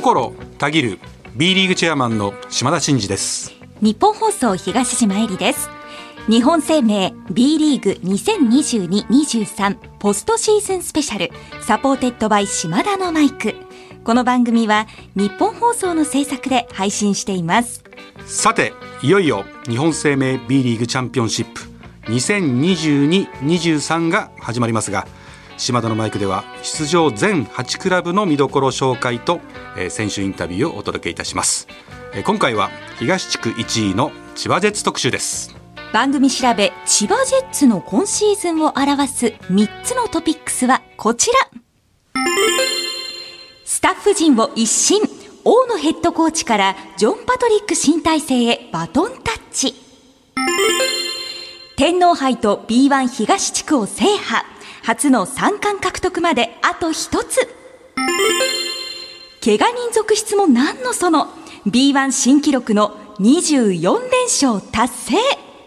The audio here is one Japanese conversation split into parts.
心たぎる B リーグチェアマンの島田真二です。 日本放送東島えりです。日本生命 B リーグ 2022-23 ポストシーズンスペシャルサポーテッドバイ島田のマイク。この番組は日本放送の制作で配信しています。 さて、いよいよ日本生命 B リーグチャンピオンシップ 2022-23 が始まりますが、島田のマイクでは出場全8クラブの見どころ紹介と、選手インタビューをお届けいたします。今回は東地区1位の千葉ジェッツ特集です。 番組調べ千葉ジェッツの今シーズンを表す3つのトピックスはこちら。スタッフ陣を一新、大野ヘッドコーチからジョン・パトリック新体制へバトンタッチ。天皇杯と B1 東地区を制覇、初の3冠獲得まであと一つ。怪我人続出も何のその B1 新記録の24連勝達成。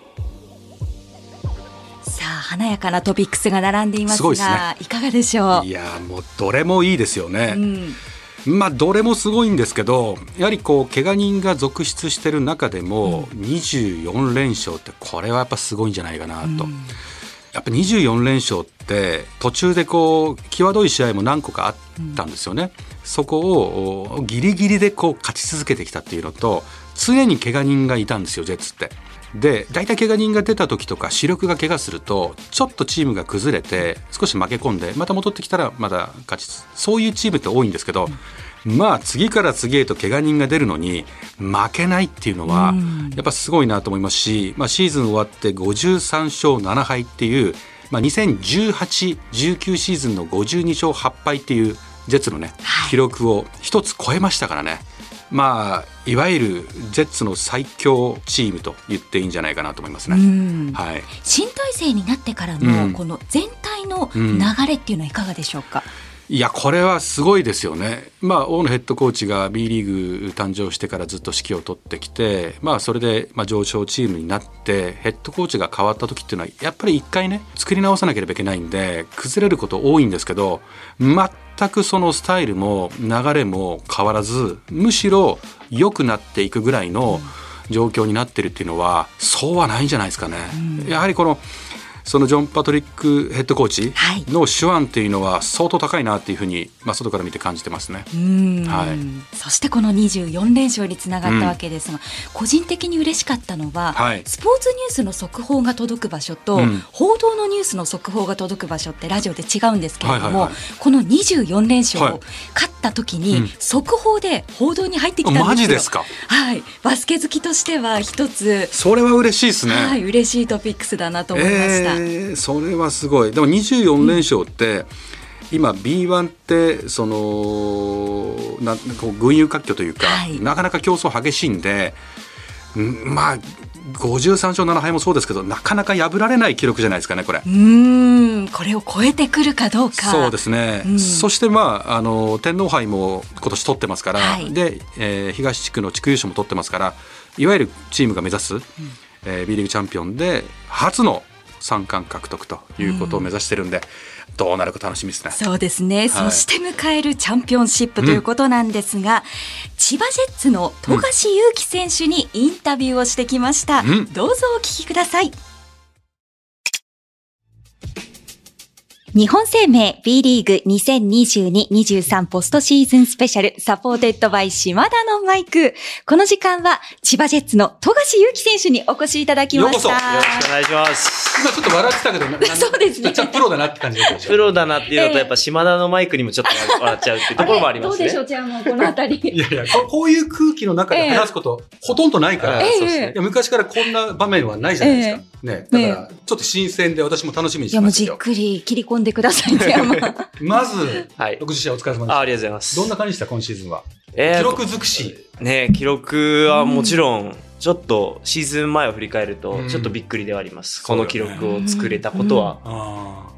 さあ、華やかなトピックスが並んでいますが、すごいですね。いかがでしょう。 いや、もうどれもいいですよね。どれもすごいんですけど、やはり怪我人が続出している中でも、24連勝ってこれはやっぱすごいんじゃないかなと。やっぱ24連勝って途中で際どい試合も何個かあったんですよね。そこをギリギリで勝ち続けてきたっていうのと、常に怪我人がいたんですよ、ジェッツって。で、大体怪我人が出た時とか主力が怪我するとちょっとチームが崩れて少し負け込んでまた戻ってきたらまだ勝ち、そういうチームって多いんですけど、次から次へと怪我人が出るのに負けないっていうのはやっぱすごいなと思いますし、シーズン終わって53勝7敗っていう、2018-19 シーズンの52勝8敗っていうジェッツのね、記録を一つ超えましたからね。いわゆるジェッツの最強チームと言っていいんじゃないかなと思いますね。 新体制になってからのこの全体の流れっていうのはいかがでしょうか。 いや、これはすごいですよね。大野ヘッドコーチが B リーグ誕生してからずっと指揮を取ってきて、それで上昇チームになってヘッドコーチが変わった時っていうのはやっぱり一回ね、作り直さなければいけないんで崩れること多いんですけど、全くそのスタイルも流れも変わらず、むしろ良くなっていくぐらいの状況になってるっていうのは、そうはないんじゃないですかね。やはりそのジョン・パトリックヘッドコーチの手腕っていうのは相当高いなっていうふうに、外から見て感じてますね。 そしてこの24連勝につながったわけですが、個人的に嬉しかったのは、スポーツニュースの速報が届く場所と、報道のニュースの速報が届く場所ってラジオで違うんですけれども、この24連勝を勝った時に、速報で報道に入ってきたんですよ。マジですか。バスケ好きとしては一つ、 それは嬉しいですね。 嬉しいトピックスだなと思いました。 それはすごい。でも24連勝って、今 B1 って群雄割拠というか、なかなか競争激しいんで、53勝7敗もそうですけど、なかなか破られない記録じゃないですかね、これ。これを超えてくるかどうか。 そうですね。そして天皇杯も今年取ってますから、で、東地区の地区優勝も取ってますから、いわゆるチームが目指す、B リーグチャンピオンで初の3冠獲得ということを目指してるんで、どうなるか楽しみですね。 そうですね。そして迎えるチャンピオンシップということなんですが、千葉ジェッツの富樫勇樹選手にインタビューをしてきました。どうぞお聞きください。日本生命 B リーグ 2022-23 ポストシーズンスペシャルサポーテッドバイ島田のマイク。この時間は千葉ジェッツの富樫勇樹選手にお越しいただきました。 よろしくお願いします。 今ちょっと笑ってたけど、 そうですね。 プロだなって感じだったでしょ。 プロだなっていうのと、やっぱ島田のマイクにもちょっと笑っちゃうっていうところもありますね。 どうでしょう、じゃあもうこのあたり。 いやこういう空気の中で話すこと、ほとんどないから、昔からこんな場面はないじゃないですか。だからちょっと新鮮で私も楽しみにしてますよ。 じっくり切り込んでくださいね。 まず、60試合お疲れ様でした。 ありがとうございます。 どんな感じでした今シーズンは。記録尽くし。 記録はもちろん、ちょっとシーズン前を振り返ると、ちょっとびっくりではあります。この記録を作れたことは。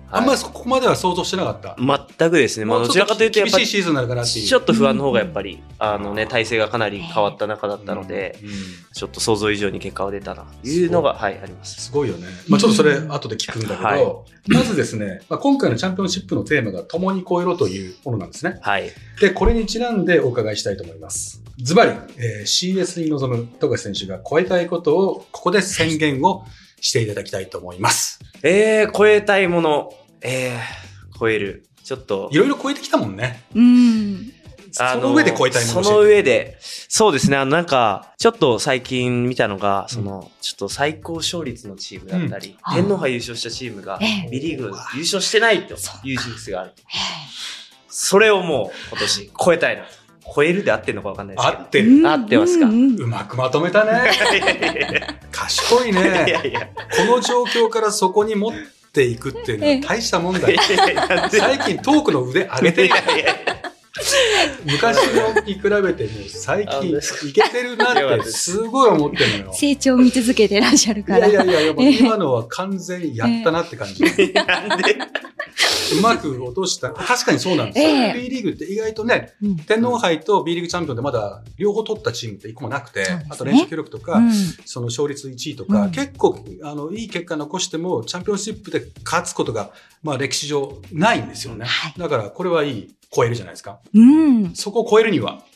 あんまりここまでは想像してなかった。 全くですね。どちらかというとやっぱり厳しいシーズンになるかなっていう。 ちょっと不安の方がやっぱり体勢がかなり変わった中だったので、ちょっと想像以上に結果が出たなというのがあります。 すごいよね。ちょっとそれ後で聞くんだけど、まずですね、今回のチャンピオンシップのテーマが共に超えろというものなんですね。 はい。 でこれにちなんでお伺いしたいと思います。ズバリ、CS に臨む富樫選手が超えたいことをここで宣言をしていただきたいと思います。 超えたいもの。超える。ちょっと。 いろいろ超えてきたもんね。その上で超えたいもの。 その上で。そうですね。なんか、ちょっと最近見たのが、ちょっと最高勝率のチームだったり、天皇杯優勝したチームが、B リーグ優勝してないというジンクスがある。それをもう今年超えたいな。超えるで合ってるのか分かんないですけど。 合ってる。 合ってますか。うまくまとめたね。賢いね。この状況からそこに持っていくっていうのは大したもんだよ。最近トークの腕上げてる。昔のに比べても最近いけてるなってすごい思ってるのよ。 成長を見続けてらっしゃるから。 いや今のは完全にやったなって感じ。なんでうまく落とした。確かにそうなんですよ。B リーグって意外とね、天皇杯と B リーグチャンピオンでまだ両方取ったチームって一個もなくて、あと連勝記録とか、その勝率1位とか、結構いい結果残してもチャンピオンシップで勝つことが歴史上ないんですよね。だからこれはいい。超えるじゃないですか。そこを超えるには。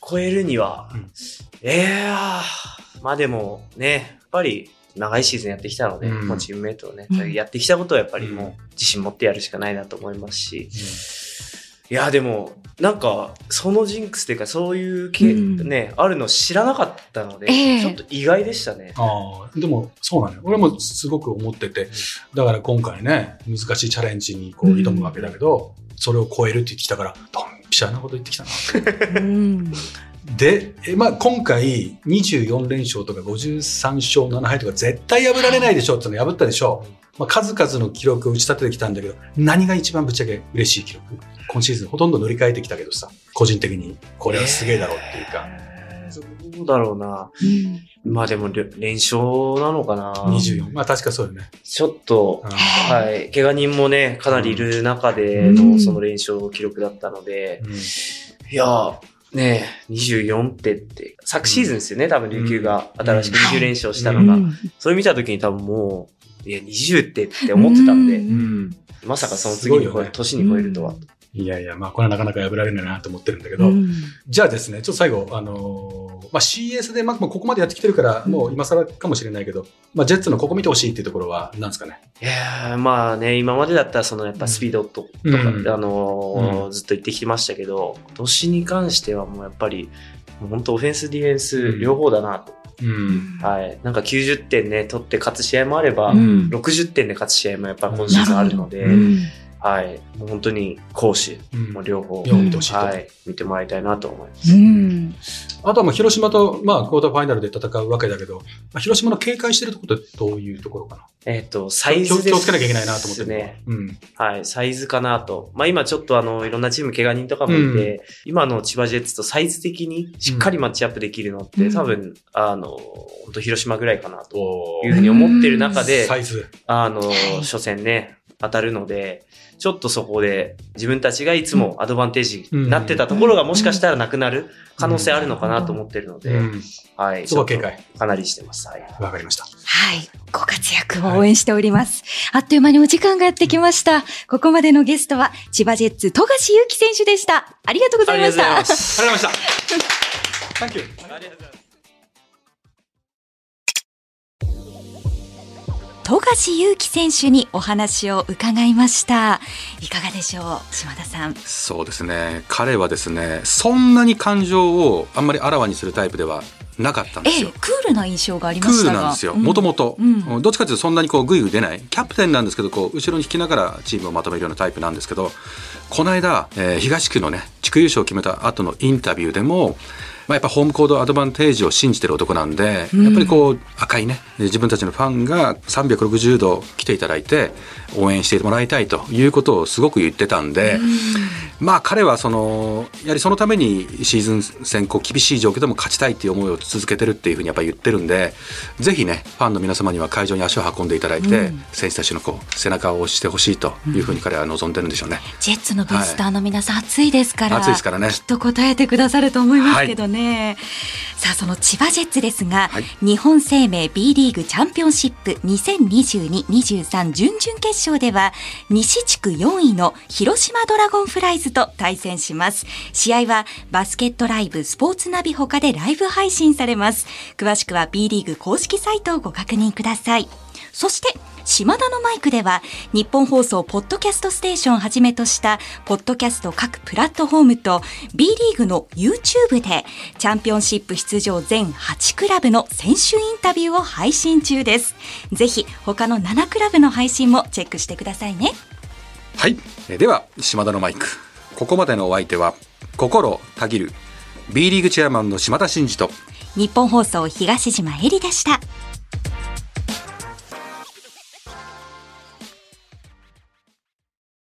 でもね、やっぱり長いシーズンやってきたので、もうチームメイトをね、やってきたことはやっぱりもう自信持ってやるしかないなと思いますし、いやでもなんかそのジンクスというかそういうね、あるの知らなかったので、ちょっと意外でしたね。 でもそうなのよ。俺もすごく思ってて、だから今回ね、難しいチャレンジに挑むわけだけど、それを超えるって言ってきたから、ドンピシャなこと言ってきたな。で、今回24連勝とか53勝7敗とか絶対破られないでしょっての破ったでしょ。数々の記録を打ち立ててきたんだけど、何が一番ぶっちゃけ嬉しい記録？今シーズンほとんど乗り換えてきたけどさ、個人的にこれはすげえだろうっていうか。 どうだろうな。でも連勝なのかな。 24。確かそうよね。 ちょっと、怪我人もね、かなりいる中でのその連勝記録だったので、いや、ね24って昨シーズンですよね、多分琉球が新しく20連勝したのが。それ見た時に多分もう、20って思ってたんで、まさかその次に年に超えるとは。 いやこれはなかなか破られないなと思ってるんだけど、じゃあですね、ちょっと最後、CS でここまでやってきてるから、もう今更かもしれないけど、ジェッツのここ見てほしいっていうところは何ですかね。 いや今までだったらやっぱスピードとか、ずっと言ってきてましたけど、今年に関してはもうやっぱり、本当オフェンス、ディフェンス両方だなと。なんか90点ね、取って勝つ試合もあれば、60点で勝つ試合もやっぱ今シーズンあるので、もう本当に攻守、両方見てほしいと、見てもらいたいなと思います。 あとは広島と、クォーターファイナルで戦うわけだけど、広島の警戒してるところってどういうところかな。 サイズですね。 気をつけなきゃいけないなと思ってね。 サイズかなと。今ちょっといろんなチーム怪我人とかもいて、今の千葉ジェッツとサイズ的にしっかりマッチアップできるのって、多分、本当広島ぐらいかなというふうに思ってる中で、 サイズ。 初戦ね、当たるので、ちょっとそこで自分たちがいつもアドバンテージになってたところがもしかしたらなくなる可能性あるのかなと思ってるので、 そこは警戒かなりしてます。 わかりました。 ご活躍を応援しております。あっという間にお時間がやってきました。ここまでのゲストは千葉ジェッツ富樫勇樹選手でした。ありがとうございました。 ありがとうございました。 Thank you。 富樫勇樹選手にお話を伺いました。いかがでしょう、島田さん。 そうですね、彼はですね、そんなに感情をあんまりあらわにするタイプではなかったんですよ。 クールな印象がありましたが。 クールなんですよ、もともと。どっちかというとそんなにグイグイ出ない、キャプテンなんですけど、後ろに引きながらチームをまとめるようなタイプなんですけど、この間、東区のね、地区優勝を決めた後のインタビューでも、やっぱホームコートアドバンテージを信じてる男なんで、やっぱり赤いね、自分たちのファンが360度来ていただいて応援してもらいたいということをすごく言ってたんで、 彼はやはりそのためにシーズン戦厳しい状況でも勝ちたいっていう思いを続けてるっていうふうにやっぱり言ってるんで、ぜひねファンの皆様には会場に足を運んでいただいて、選手たちの背中を押してほしいというふうに彼は望んでるんでしょうね。 ジェッツのブースターの皆さん、暑いですから、 暑いですからね、 きっと答えてくださると思いますけどね。さあその千葉ジェッツですが、日本生命 B リーグチャンピオンシップ2022-23準々決勝では西地区4位の広島ドラゴンフライズと対戦します。試合はバスケットライブスポーツナビ他でライブ配信されます。詳しくは B リーグ公式サイトをご確認ください。そして島田のマイクでは日本放送ポッドキャストステーションをはじめとしたポッドキャスト各プラットフォームと B リーグの YouTube でチャンピオンシップ出場全8クラブの選手インタビューを配信中です。ぜひ他の7クラブの配信もチェックしてくださいね。 はい、では島田のマイク、ここまでのお相手は心たぎる B リーグチェアマンの島田真二と日本放送東島えりでした。